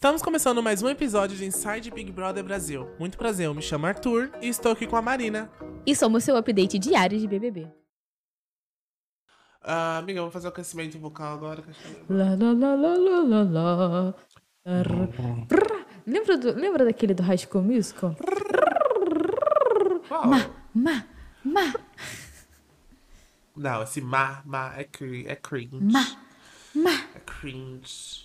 Estamos começando mais um episódio de Inside Big Brother Brasil. Muito prazer, eu me chamo Arthur e estou aqui com a Marina. E somos seu update diário de BBB. Amiga, vamos fazer o aquecimento vocal agora. Lá, lá, lá, lá, lá, lá, lá. Lembra daquele do High School Musical? Qual? Ma. Não, esse é cringe. É cringe.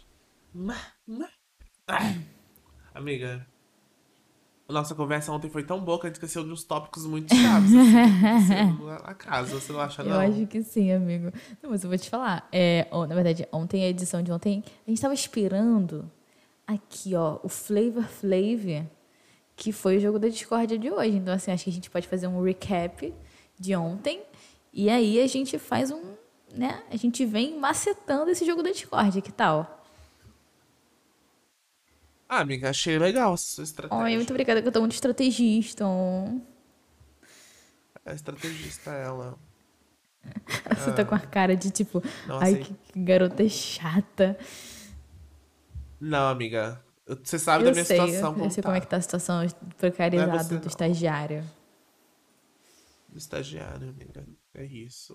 Amiga, a nossa conversa ontem foi tão boa que a gente esqueceu de uns tópicos muito chaves. Na casa, você não acha, não? Eu acho que sim, amigo. Não, mas eu vou te falar. Na verdade, ontem, a edição de ontem, a gente tava esperando aqui, ó, o Flavor Flav, que foi o jogo da discórdia de hoje. Então, assim, acho que a gente pode fazer um recap de ontem. E aí a gente faz né? A gente vem macetando esse jogo da discórdia, que tal? Amiga, achei legal essa sua estratégia. Ai, muito obrigada, que eu tô muito estrategista. É estrategista ela. Você tá com a cara de tipo, Não ai, aceito. que garota chata. Não, amiga. Você sabe Eu da minha sei, situação eu sei como é que tá a situação Não é precarizada você, do não. estagiário. Do estagiário, amiga. É isso.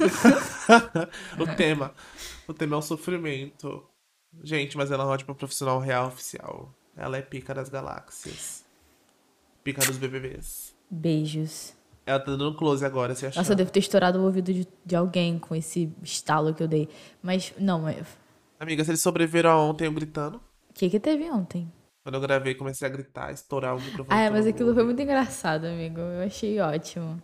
O tema é o sofrimento. Gente, mas ela é uma ótima profissional real oficial. Ela é pica das galáxias. Pica dos BBBs. Beijos. Ela tá dando close agora, se Nossa, achar. eu devo ter estourado o ouvido de alguém com esse estalo que eu dei. Mas, não, mas... Amiga, se eles sobreviveram a ontem eu gritando. O que teve ontem? Quando eu gravei, comecei a gritar, estourar o microfone. Ah, todo mas aquilo mundo. foi muito engraçado, amigo. Eu achei ótimo.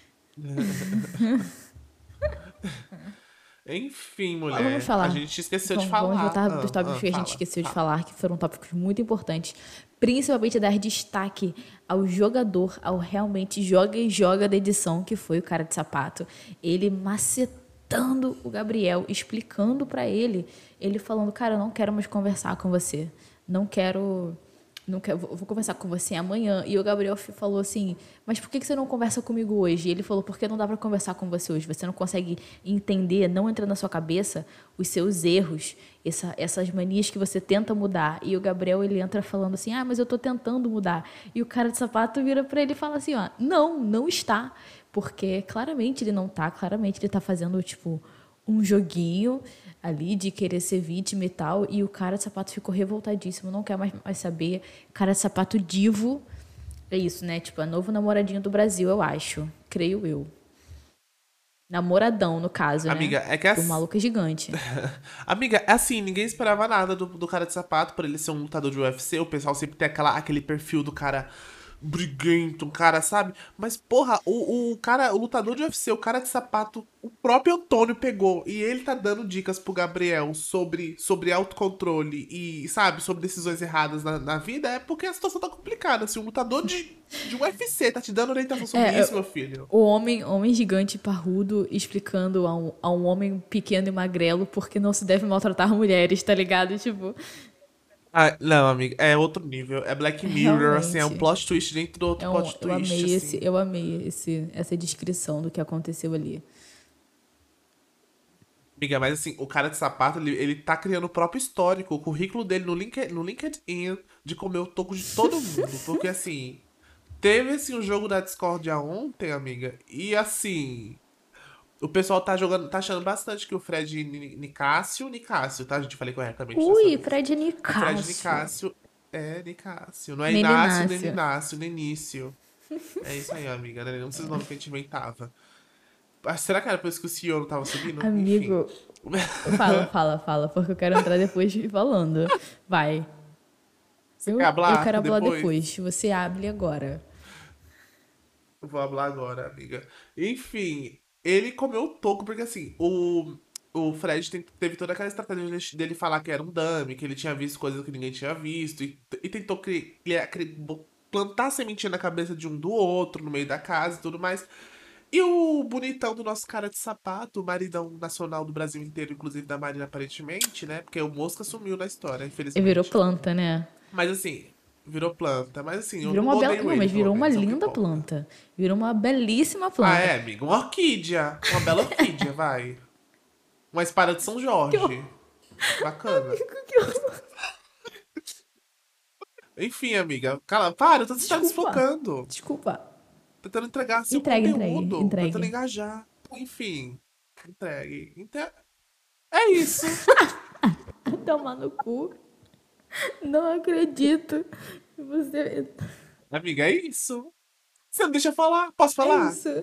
Enfim, Vamos mulher. A falar. gente esqueceu de Vamos falar. voltar dos tópicos que a gente esqueceu de falar, que foram tópicos muito importantes. Principalmente dar destaque ao jogador, ao realmente joga e joga da edição, que foi o cara de sapato. Ele macetando o Gabriel, explicando pra ele, ele falando, cara, eu não quero mais conversar com você. Não quero, vou conversar com você amanhã. E o Gabriel falou assim, mas por que você não conversa comigo hoje? E ele falou, porque não dá pra conversar com você hoje. Você não consegue entender, não entra na sua cabeça os seus erros, essas manias que você tenta mudar. E o Gabriel, ele entra falando assim, mas eu tô tentando mudar. E o cara de sapato vira pra ele e fala assim, não está. Porque claramente ele não tá, claramente ele tá fazendo, tipo, um joguinho ali de querer ser vítima e tal, e o cara de sapato ficou revoltadíssimo, não quer mais saber. Cara de sapato divo, é isso, né? Tipo, é novo namoradinho do Brasil, eu acho. Creio eu. Namoradão, no caso, Amiga, né? é que O maluco é gigante. Amiga, é assim, ninguém esperava nada do cara de sapato por ele ser um lutador de UFC. O pessoal sempre tem aquele perfil do cara briguento, um cara, sabe? Mas, porra, o cara, o lutador de UFC, o cara de sapato, o próprio Antônio pegou. E ele tá dando dicas pro Gabriel sobre autocontrole e, sabe, sobre decisões erradas na vida. É porque a situação tá complicada. Se um lutador de UFC tá te dando orientação sobre isso, meu filho. O homem gigante parrudo explicando a um homem pequeno e magrelo porque não se deve maltratar mulheres, tá ligado? Tipo, Ah, não, amiga, é outro nível. É Black Mirror, assim, é um realmente. plot twist dentro do outro plot twist, assim. Eu amei essa descrição do que aconteceu ali. Amiga, mas assim, o cara de sapato, ele tá criando o próprio histórico, o currículo dele no LinkedIn de comer o toco de todo mundo. Porque assim, teve assim um jogo da discórdia ontem, amiga, e assim, o pessoal tá jogando, tá achando bastante que o Fred Nicásio, tá? A gente falei corretamente dessa Ui, vez. Fred O Fred Nicásio. Nicásio é Nicásio, não é Nem Inácio, nem Inácio. Inácio, nem Início. É isso aí, amiga, né? Não esses nomes que a gente inventava. Ah, será que era por isso que o CEO não tava subindo? Enfim. Amigo, fala, porque eu quero entrar depois falando. Vai. Você quer Eu falar quero falar depois? depois. Você abre agora. Eu vou falar agora, amiga. Enfim, ele comeu o toco porque assim, o Fred teve toda aquela estratégia dele falar que era um dummy, que ele tinha visto coisas que ninguém tinha visto, e tentou plantar sementinha na cabeça de um do outro, no meio da casa e tudo mais. E o bonitão do nosso cara de sapato, o maridão nacional do Brasil inteiro, inclusive da Marina, aparentemente, né? Porque o Mosca sumiu na história, E virou infelizmente. planta, né? Mas assim, virou planta. Mas assim, eu Virou não uma bela. odeio Não, ele, mas pelo virou uma menos, é o que linda importa. planta. Virou uma belíssima Ah, planta. é, amiga, uma orquídea. Uma bela orquídea, vai. Uma espada de São Que horror, Jorge. Bacana. que horror. Enfim, amiga. Cala, para, você tá Desculpa. desfocando. Desculpa. Tentando entregar seu Entregue, conteúdo. Tentando entregue. engajar. Enfim, entregue. É isso. Tomar no cu. Não acredito. Você. Amiga, é isso. Você não deixa eu falar? Posso É falar? isso.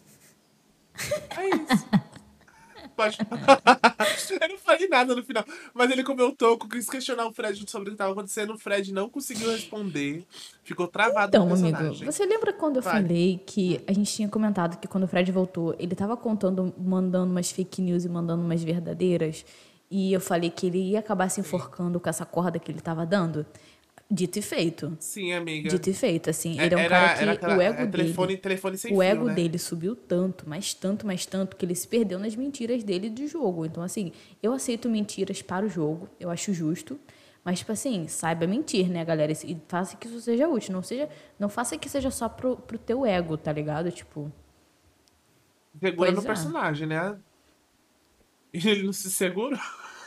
É isso. Pode. Eu não falei nada no final. Mas ele comentou, quis questionar o Fred sobre o que estava acontecendo. O Fred não conseguiu responder. Ficou travado no Então, amigo, personagem. você lembra quando eu Vai. falei que a gente tinha comentado que quando o Fred voltou, ele tava contando, mandando umas fake news e mandando umas verdadeiras? E eu falei que ele ia acabar se Sim. enforcando com essa corda que ele tava dando? Dito e feito. Sim, amiga. Dito e feito, assim, ele é um cara Era que aquela. Telefone sem o fio, ego né? dele subiu tanto, mas tanto, que ele se perdeu nas mentiras dele de jogo. Então, assim, eu aceito mentiras para o jogo, eu acho justo, mas, tipo assim, saiba mentir, né, galera? E faça que isso seja útil, não faça que seja só pro teu ego, tá ligado? Tipo, Segura no pois é. personagem, né? E ele não se segura.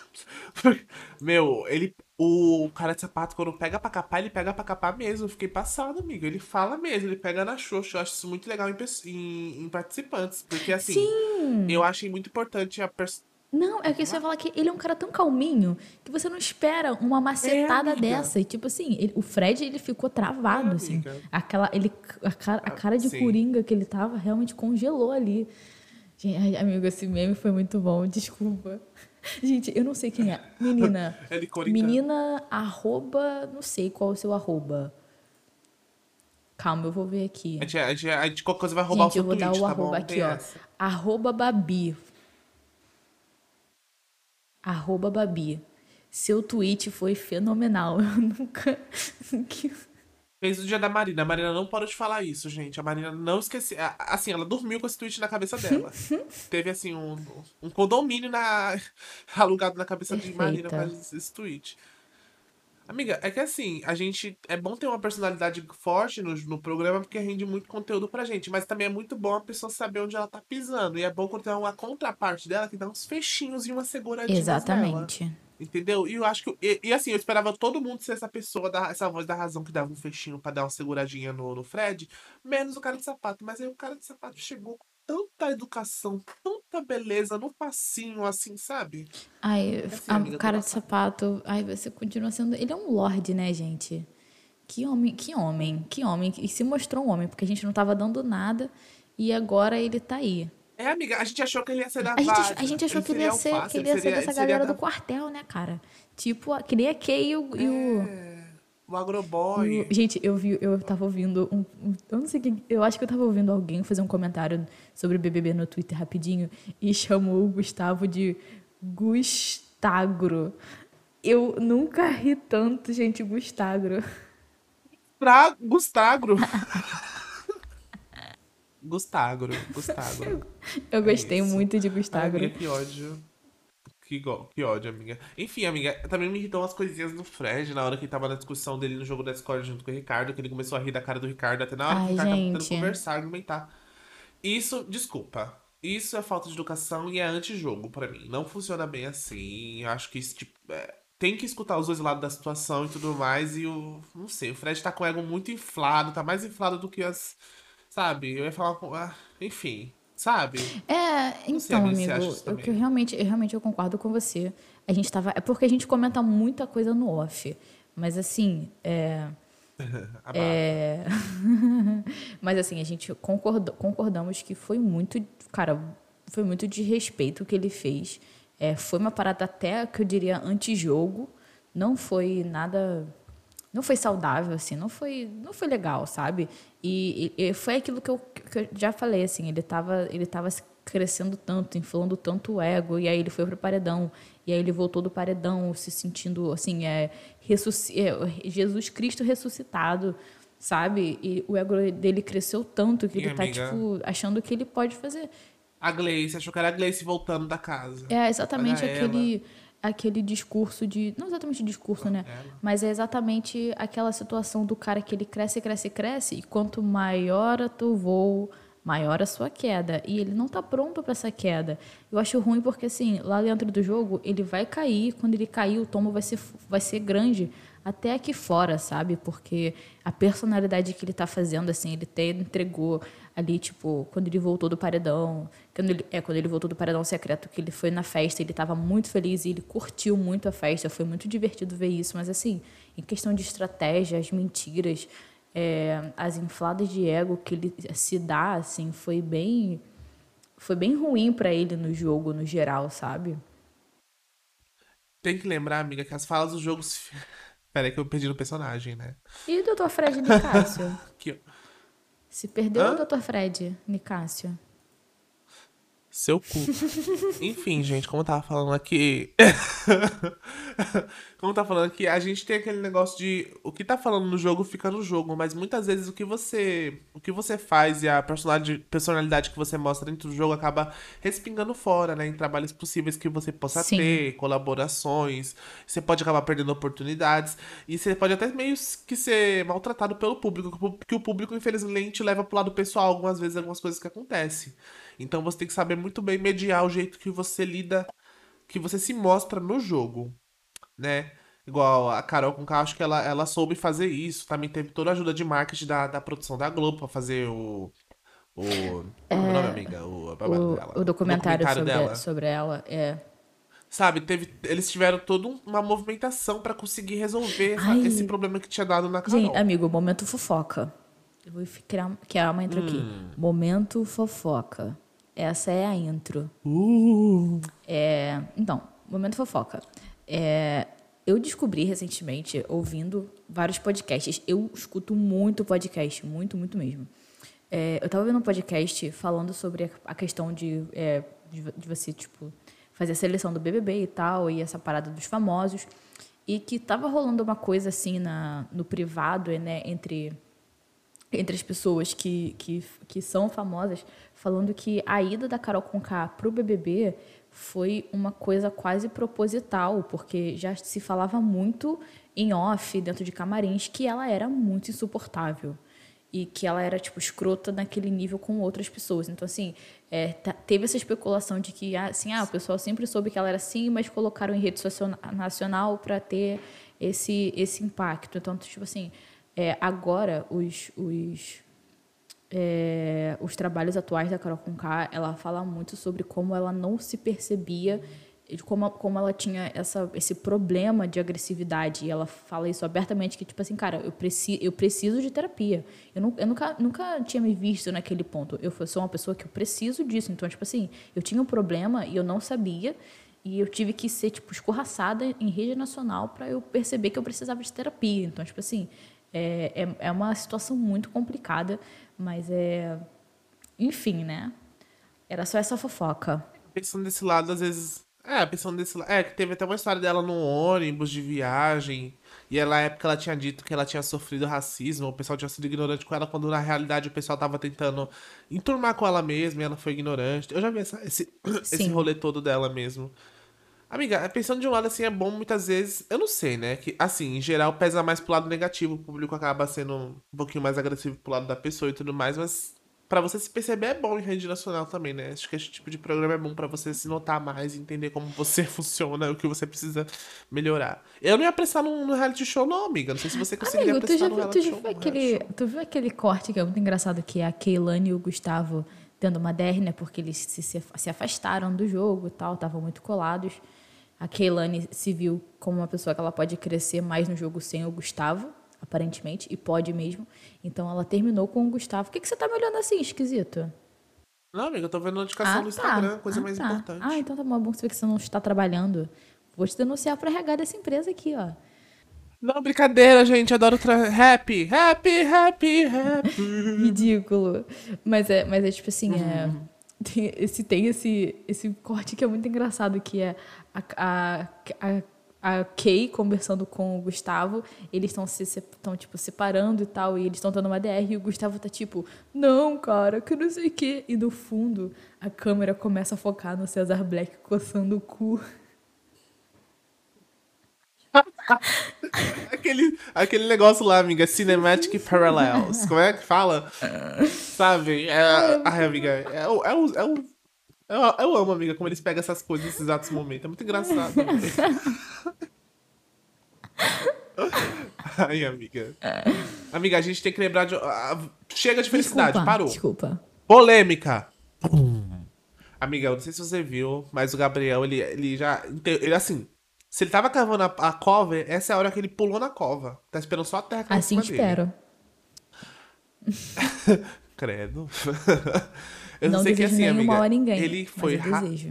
Meu, ele. O cara de sapato, quando pega pra capar, ele pega pra capar mesmo. Eu fiquei passado, amigo. Ele fala mesmo, ele pega na xoxa. Eu acho isso muito legal em participantes. Porque, assim, eu Sim! achei muito importante a pers... Não, é Pode que você vai falar? falar que ele é um cara tão calminho que você não espera uma É, macetada amiga. dessa. E, tipo assim, o Fred, ele ficou É, travado, assim. amiga. A cara de Sim. coringa que ele tava realmente congelou ali. Gente, ai, amigo, esse meme foi muito bom, desculpa. Gente, eu não sei quem é. Menina, Ele coringa. menina, arroba, não sei qual é o seu arroba. Calma, eu vou ver aqui. A gente qualquer coisa vai roubar o Gente, eu seu vou dar tweet, o tá arroba bom? Não aqui, tem ó. essa. Arroba Babi. Arroba Babi. Seu tweet foi fenomenal. Eu nunca. Fez o dia da Marina. A Marina não parou de falar isso, gente. A Marina não esqueceu. Assim, ela dormiu com esse tweet na cabeça dela. Teve, assim, um condomínio alugado na cabeça de Marina por Perfeita. causa desse tweet. Amiga, é que assim, a gente. É bom ter uma personalidade forte no programa porque rende muito conteúdo pra gente. Mas também é muito bom a pessoa saber onde ela tá pisando. E é bom quando tem uma contraparte dela que dá uns fechinhos e umas seguradinhas nela. Exatamente. Entendeu? E eu acho que. E, assim, eu esperava todo mundo ser essa pessoa, essa voz da razão que dava um fechinho pra dar uma seguradinha no Fred, menos o cara de sapato. Mas aí o cara de sapato chegou com tanta educação, tanta beleza no passinho, assim, sabe? Ai, É assim, a amiga, eu tô cara de passada. sapato. Ai, você continua sendo. Ele é um lorde, né, gente? Que homem, que homem, que homem. E se mostrou um homem, porque a gente não tava dando nada e agora ele tá aí. É, amiga, a gente achou que ele ia ser da A Várzea. gente achou Ele seria que alface, ele ia ser ele dessa seria galera do da. quartel, né, cara? Tipo, que nem a Kay É. O agroboy. Gente, eu tava ouvindo eu não sei quem, eu acho que eu tava ouvindo alguém fazer um comentário sobre o BBB no Twitter rapidinho e chamou o Gustavo de Gustagro. Eu nunca ri tanto, gente, Gustagro. Pra Gustagro. Gustagro, Gustagro. Eu É gostei isso. muito de Ai, amiga, Gustagro. que ódio. Que ódio, amiga. Enfim, amiga, também me irritou umas coisinhas do Fred na hora que ele tava na discussão dele no jogo da Discord junto com o Ricardo, que ele começou a rir da cara do Ricardo, até na hora que o Ai, Ricardo tava tentando gente. conversar, argumentar. Isso, desculpa. Isso é falta de educação e é antijogo pra mim. Não funciona bem assim. Eu acho que isso, tipo, tem que escutar os dois lados da situação e tudo mais. E o. Não sei, o Fred tá com o ego muito inflado, tá mais inflado do que as. Sabe? Eu ia falar com. Enfim, sabe? É, Não sei, então, amigo, se você acha amigo, isso eu que também. eu realmente eu concordo com você. A gente tava, é porque a gente comenta muita coisa no off, mas assim, Abafa. mas assim, a gente concordamos que foi muito, cara, foi muito desrespeito o que ele fez. É, foi uma parada até que eu diria antijogo. Não foi nada, não foi saudável, assim, não foi legal, sabe? E foi aquilo que eu já falei, assim, ele tava crescendo tanto, inflando tanto o ego, e aí ele foi pro paredão, e aí ele voltou do paredão se sentindo, assim, Jesus Cristo ressuscitado, sabe? E o ego dele cresceu tanto que Sim, ele tá, amiga. tipo, achando que ele pode fazer. A Gleice, achou que era a Gleice voltando da casa. É Olha exatamente ela. aquele discurso de. Não exatamente discurso, né? Ela. Mas é exatamente aquela situação do cara que ele cresce, cresce, cresce, e quanto maior a teu voo, maior a sua queda. E ele não tá pronto para essa queda. Eu acho ruim porque, assim, lá dentro do jogo, ele vai cair. Quando ele cair, o tombo vai ser grande. até aqui fora, sabe? Porque a personalidade que ele tá fazendo, assim, ele até entregou ali, tipo, quando ele voltou do paredão, quando ele voltou do paredão secreto, que ele foi na festa, ele tava muito feliz e ele curtiu muito a festa, foi muito divertido ver isso, mas assim, em questão de estratégia, as mentiras, as infladas de ego que ele se dá, assim, foi bem ruim pra ele no jogo, no geral, sabe? Tem que lembrar, amiga, que as falas do jogo. Pera aí que eu perdi no personagem, né? E o Dr. Fred Nicásio? Aqui, ó. Se perdeu o Hã? Dr. Fred Nicásio? Seu cu. Enfim, gente, como eu tava falando aqui. Como tá falando aqui, a gente tem aquele negócio de o que tá falando no jogo fica no jogo, mas muitas vezes o que você faz e a personalidade que você mostra dentro do jogo acaba respingando fora, né, em trabalhos possíveis que você possa Sim. ter, colaborações, você pode acabar perdendo oportunidades e você pode até meio que ser maltratado pelo público, que o público infelizmente leva pro lado pessoal algumas vezes algumas coisas que acontecem. Então você tem que saber muito bem mediar o jeito que você lida, que você se mostra no jogo, né? Igual a Carol Conká, acho que ela soube fazer isso. Também teve toda a ajuda de marketing da produção da Globo pra fazer como é o nome, amiga? O babado O dela. O documentário documentário dela. sobre ela é. Sabe, eles tiveram toda uma movimentação pra conseguir resolver esse Ai, problema que tinha dado na gente, Carol. amigo, momento fofoca. Eu vou criar uma intro aqui. Hum. Momento fofoca. Essa é a intro. Uh. Então, momento fofoca. Eu descobri recentemente, ouvindo vários podcasts. Eu escuto muito podcast, muito, muito mesmo. Eu tava ouvindo um podcast falando sobre a questão de você, tipo, fazer a seleção do BBB e tal, e essa parada dos famosos. E que tava rolando uma coisa assim no privado, né, entre as pessoas que são famosas, falando que a ida da Carol Conká pro BBB foi uma coisa quase proposital, porque já se falava muito em off, dentro de camarins, que ela era muito insuportável. E que ela era, tipo, escrota naquele nível com outras pessoas. Então, assim, teve essa especulação de que, assim, o pessoal sempre soube que ela era assim, mas colocaram em rede nacional para ter esse impacto. Então, tipo assim, agora os trabalhos atuais da Carol Conká, ela fala muito sobre como ela não se percebia, de como ela tinha esse problema de agressividade. E ela fala isso abertamente, que tipo assim, cara, eu preciso de terapia. Eu nunca tinha me visto naquele ponto. Eu sou uma pessoa que eu preciso disso. Então, tipo assim, eu tinha um problema e eu não sabia. E eu tive que ser, tipo, escorraçada em rede nacional para eu perceber que eu precisava de terapia. Então, tipo assim, é uma situação muito complicada, mas enfim, né? Era só essa fofoca. Pensando desse lado, às vezes. Pensando desse lado. Que teve até uma história dela num ônibus de viagem. E ela, na época, ela tinha dito que ela tinha sofrido racismo. O pessoal tinha sido ignorante com ela, quando na realidade o pessoal tava tentando enturmar com ela mesma e ela foi ignorante. Eu já vi esse Sim. rolê todo dela mesmo. Amiga, pensando de um lado assim, é bom muitas vezes. Eu não sei, né? Que, assim, em geral, pesa mais pro lado negativo. O público acaba sendo um pouquinho mais agressivo pro lado da pessoa e tudo mais, mas pra você se perceber é bom em rede nacional também, né? Acho que esse tipo de programa é bom pra você se notar mais, entender como você funciona e o que você precisa melhorar. Eu não ia prestar no reality show, não, amiga. Não sei se você conseguiria Amigo, prestar no tu reality já show, viu não. Reality show. tu viu aquele corte que é muito engraçado, que é a Keilane e o Gustavo tendo uma DR, né? Porque eles se afastaram do jogo e tal, estavam muito colados. A Keilane se viu como uma pessoa que ela pode crescer mais no jogo sem o Gustavo, aparentemente, e pode mesmo. Então ela terminou com o Gustavo. Por que você tá me olhando assim, esquisito? Não, amiga, eu tô vendo notificação no Instagram, coisa mais Tá. importante. Então tá bom você ver que você não está trabalhando. Vou te denunciar pra RH dessa empresa aqui, ó. Não, brincadeira, gente. Adoro happy, happy, happy, happy. Ridículo. Mas é tipo assim, tem esse corte que é muito engraçado, que é a Kay conversando com o Gustavo, eles estão tipo, separando e tal, e eles estão tendo uma DR, e o Gustavo tá tipo, não, cara, que não sei o quê. E no fundo, a câmera começa a focar no Cesar Black coçando o cu. Aquele negócio lá, amiga, Cinematic Parallels. Como é que fala? Sabe? Ai, é Ai, muito amiga, bom. eu amo, amiga, como eles pegam essas coisas nesses exatos momentos. É muito engraçado, velho. Ai, amiga. Amiga, a gente tem que lembrar de. Chega de felicidade, Desculpa, parou. desculpa. Polêmica. Amiga, eu não sei se você viu, mas o Gabriel, ele já. Ele assim. Se ele tava cavando a cova, essa é a hora que ele pulou na cova. Tá esperando só a terra cair em Assim cima dele. espero. Credo. Eu só Não sei que desejo assim, nenhum mal amiga, a ninguém, ele mas foi. eu desejo.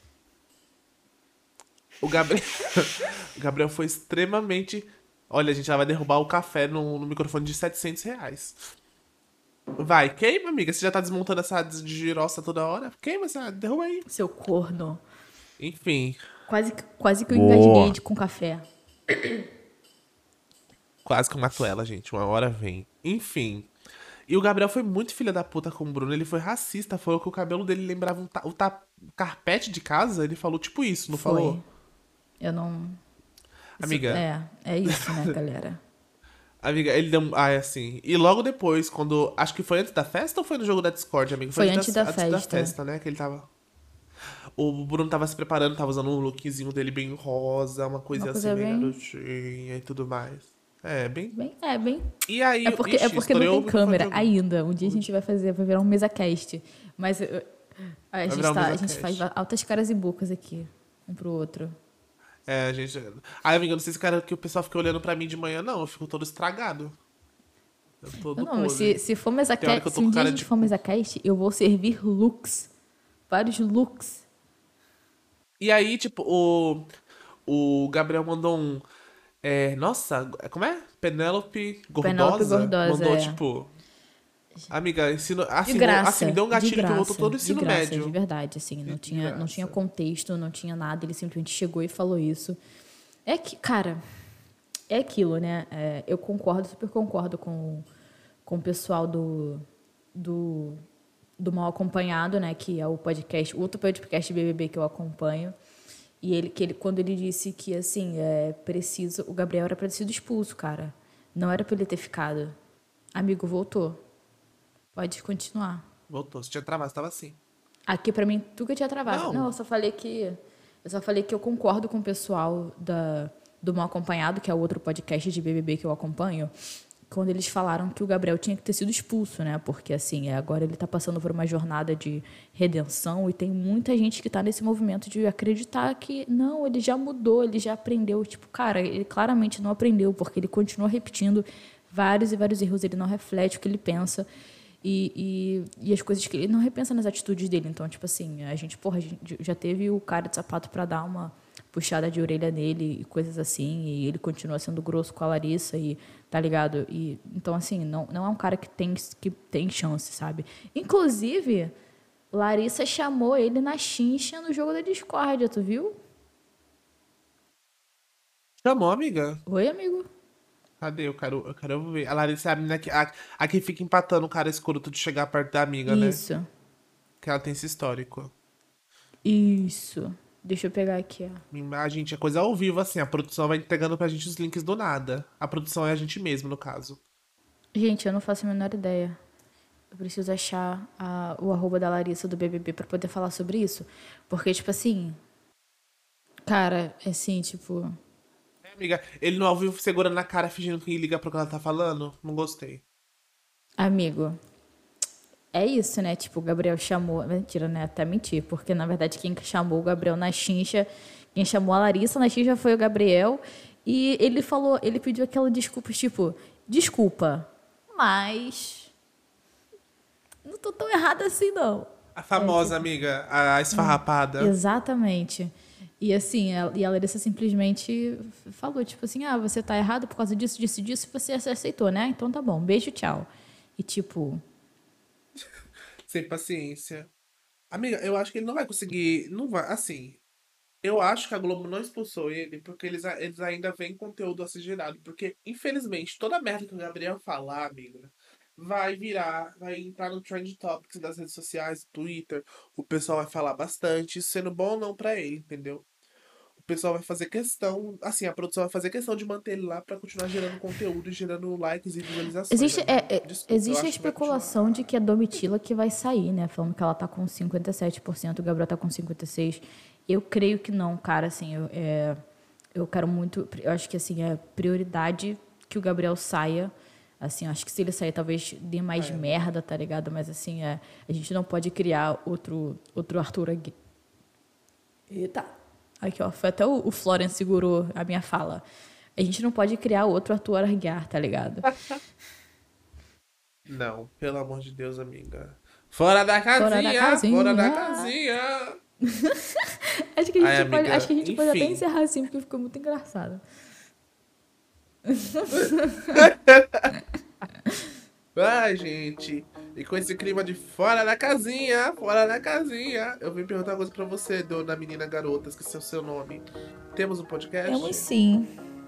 O Gabriel. O Gabriel foi extremamente. Olha, a gente já vai derrubar o café no microfone de R$ 700. Vai, queima, amiga. Você já tá desmontando essa giroça toda hora? Queima essa, derruba aí. Seu corno. Enfim, Quase que eu engasguei Boa. com café. quase que eu mato ela, gente. Uma hora vem. Enfim. E o Gabriel foi muito filha da puta com o Bruno. Ele foi racista. Falou que o cabelo dele lembrava o carpete de casa. Ele falou tipo isso, não Foi. falou? Eu não. Amiga, É isso, né, galera? amiga, ele deu. Ah, é assim. E logo depois, quando. Acho que foi antes da festa ou foi no jogo da Discord, amiga? Foi antes da Antes da festa. festa, né? Que ele tava. O Bruno tava se preparando, tava usando um lookzinho dele bem rosa, uma Uma coisa assim, coisa bem bem. garotinha e tudo mais. É, bem. Bem. E aí, É ixi, porque não estourou tem o microfone de câmera alguém. ainda. Um dia a gente vai fazer, vai virar um mesa cast. Mas Vai virar um a mesa gente faz cast. altas caras e bocas aqui, um pro outro. É, a gente. Ai, amiga, eu não sei se cara que o pessoal fica olhando pra mim de manhã, não. Eu fico todo estragado. Eu tô Não, todo mas podre. se for mesa Tem hora que cast, eu se tô um com dia a cara gente de for cu. mesa cast, eu vou servir looks. Vários looks. E aí, tipo, o Gabriel mandou um. Nossa, como é? Penélope Penélope Gordosa Gordosa, mandou, é. tipo. Amiga, ensino. Assim, me deu um De gatilho que voltou graça, todo o de ensino graça, de médio. verdade, assim, De não tinha graça. contexto, não tinha nada, ele simplesmente chegou e falou isso. É que, cara, é aquilo, né? Eu concordo, super concordo com o pessoal do, do Mal Acompanhado, né? Que é o podcast, outro podcast BBB que eu acompanho. E quando ele disse que, assim, o Gabriel era pra ter sido expulso, cara. Não era pra ele ter ficado. Amigo, voltou. Pode continuar. Voltou. Se tinha travado, tava assim. Aqui pra mim, tu que tinha travado. Não, Não. eu só falei que eu concordo com o pessoal do Mal Acompanhado, que é o outro podcast de BBB que eu acompanho, quando eles falaram que o Gabriel tinha que ter sido expulso, né? Porque assim, agora ele tá passando por uma jornada de redenção e tem muita gente que tá nesse movimento de acreditar que não, ele já mudou, ele já aprendeu. Tipo, cara, ele claramente não aprendeu, porque ele continua repetindo vários e vários erros, ele não reflete o que ele pensa. E as coisas que ele não repensa nas atitudes dele. Então, tipo assim, a gente já teve o cara de sapato pra dar uma puxada de orelha nele e coisas assim, e ele continua sendo grosso com a Larissa e tá ligado? E então assim, não é um cara que tem chance, sabe? Inclusive, Larissa chamou ele na chincha no jogo da discórdia, tu viu? Chamou, amiga. Oi, amigo. Cadê? Eu quero ver. A Larissa é a menina a que fica empatando o cara escroto de chegar perto da amiga, né? Isso. Que ela tem esse histórico. Isso. Deixa eu pegar aqui, ó. A gente, é coisa ao vivo, assim. A produção vai entregando pra gente os links do nada. A produção é a gente mesmo, no caso. Gente, eu não faço a menor ideia. Eu preciso achar o arroba da Larissa do BBB pra poder falar sobre isso. Porque, tipo assim, cara, assim, tipo, Amiga, ele no ao vivo segurando na cara, fingindo que liga pro que ela tá falando. Não gostei. amigo, é isso, né? Tipo, o Gabriel chamou. Mentira, né? Até mentir, porque na verdade quem chamou o Gabriel na chincha, quem chamou a Larissa na chincha foi o Gabriel. E ele pediu aquela desculpa, tipo, desculpa, mas não tô tão errada assim, não. A famosa amiga, a esfarrapada. Exatamente. E assim, e a Larissa simplesmente falou, tipo assim, você tá errado por causa disso, disso, disso, e você aceitou, né? Então tá bom, beijo, tchau. E tipo, Sem paciência. Amiga, eu acho que ele não vai conseguir. Não vai. Assim, eu acho que a Globo não expulsou ele porque eles ainda veem conteúdo a ser gerado. Porque, infelizmente, toda merda que o Gabriel falar, amiga, vai entrar no Trend Topics das redes sociais, Twitter. O pessoal vai falar bastante, isso sendo bom ou não pra ele, entendeu? O pessoal vai fazer questão, assim, a produção vai fazer questão de manter ele lá pra continuar gerando conteúdo e gerando likes e visualizações, amiga. Desculpa, eu existe a acho que vai especulação de continuar. que é Domitila que vai sair, né? Falando que ela tá com 57%, o Gabriel tá com 56%. Eu creio que não, cara, assim, Eu quero muito. Eu acho que assim, é prioridade que o Gabriel saia. Assim, eu acho que se ele sair, talvez dê mais É. merda, tá ligado? Mas assim, a gente não pode criar outro Arthur aqui. Eita! Aqui, ó. Foi até o Florian segurou a minha fala. A gente não pode criar outro Arthur Aguiar, tá ligado? Não, pelo amor de Deus, amiga. Fora da Fora da casinha! Fora da casinha! casinha! Ai, Acho que amiga, a gente pode até enfim. encerrar assim, porque ficou muito engraçado. Ai, gente. E com esse clima de fora da casinha, fora da casinha, eu vim perguntar uma coisa pra você, dona menina garota, esqueci o seu nome. Temos um Temos podcast? sim.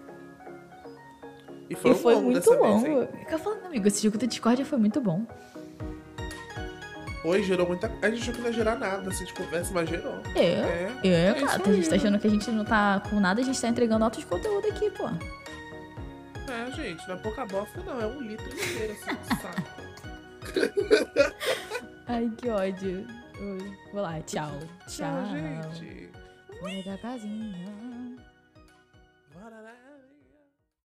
E E foi um foi longo muito dessa vez, longo. hein? Fica falando, amigo, esse jogo da Discord foi muito bom. Oi, gerou muita. A gente achou que não ia gerar nada assim de conversa, mas gerou. É isso Cara, a gente tá aí. achando que a gente não tá com nada, a gente tá entregando altos conteúdo aqui, pô. É, gente, não é pouca bosta, não. É 1 litro inteiro, assim, de saco. Ai, que ódio. Vou lá, tchau. Tchau, gente. Fora da casinha.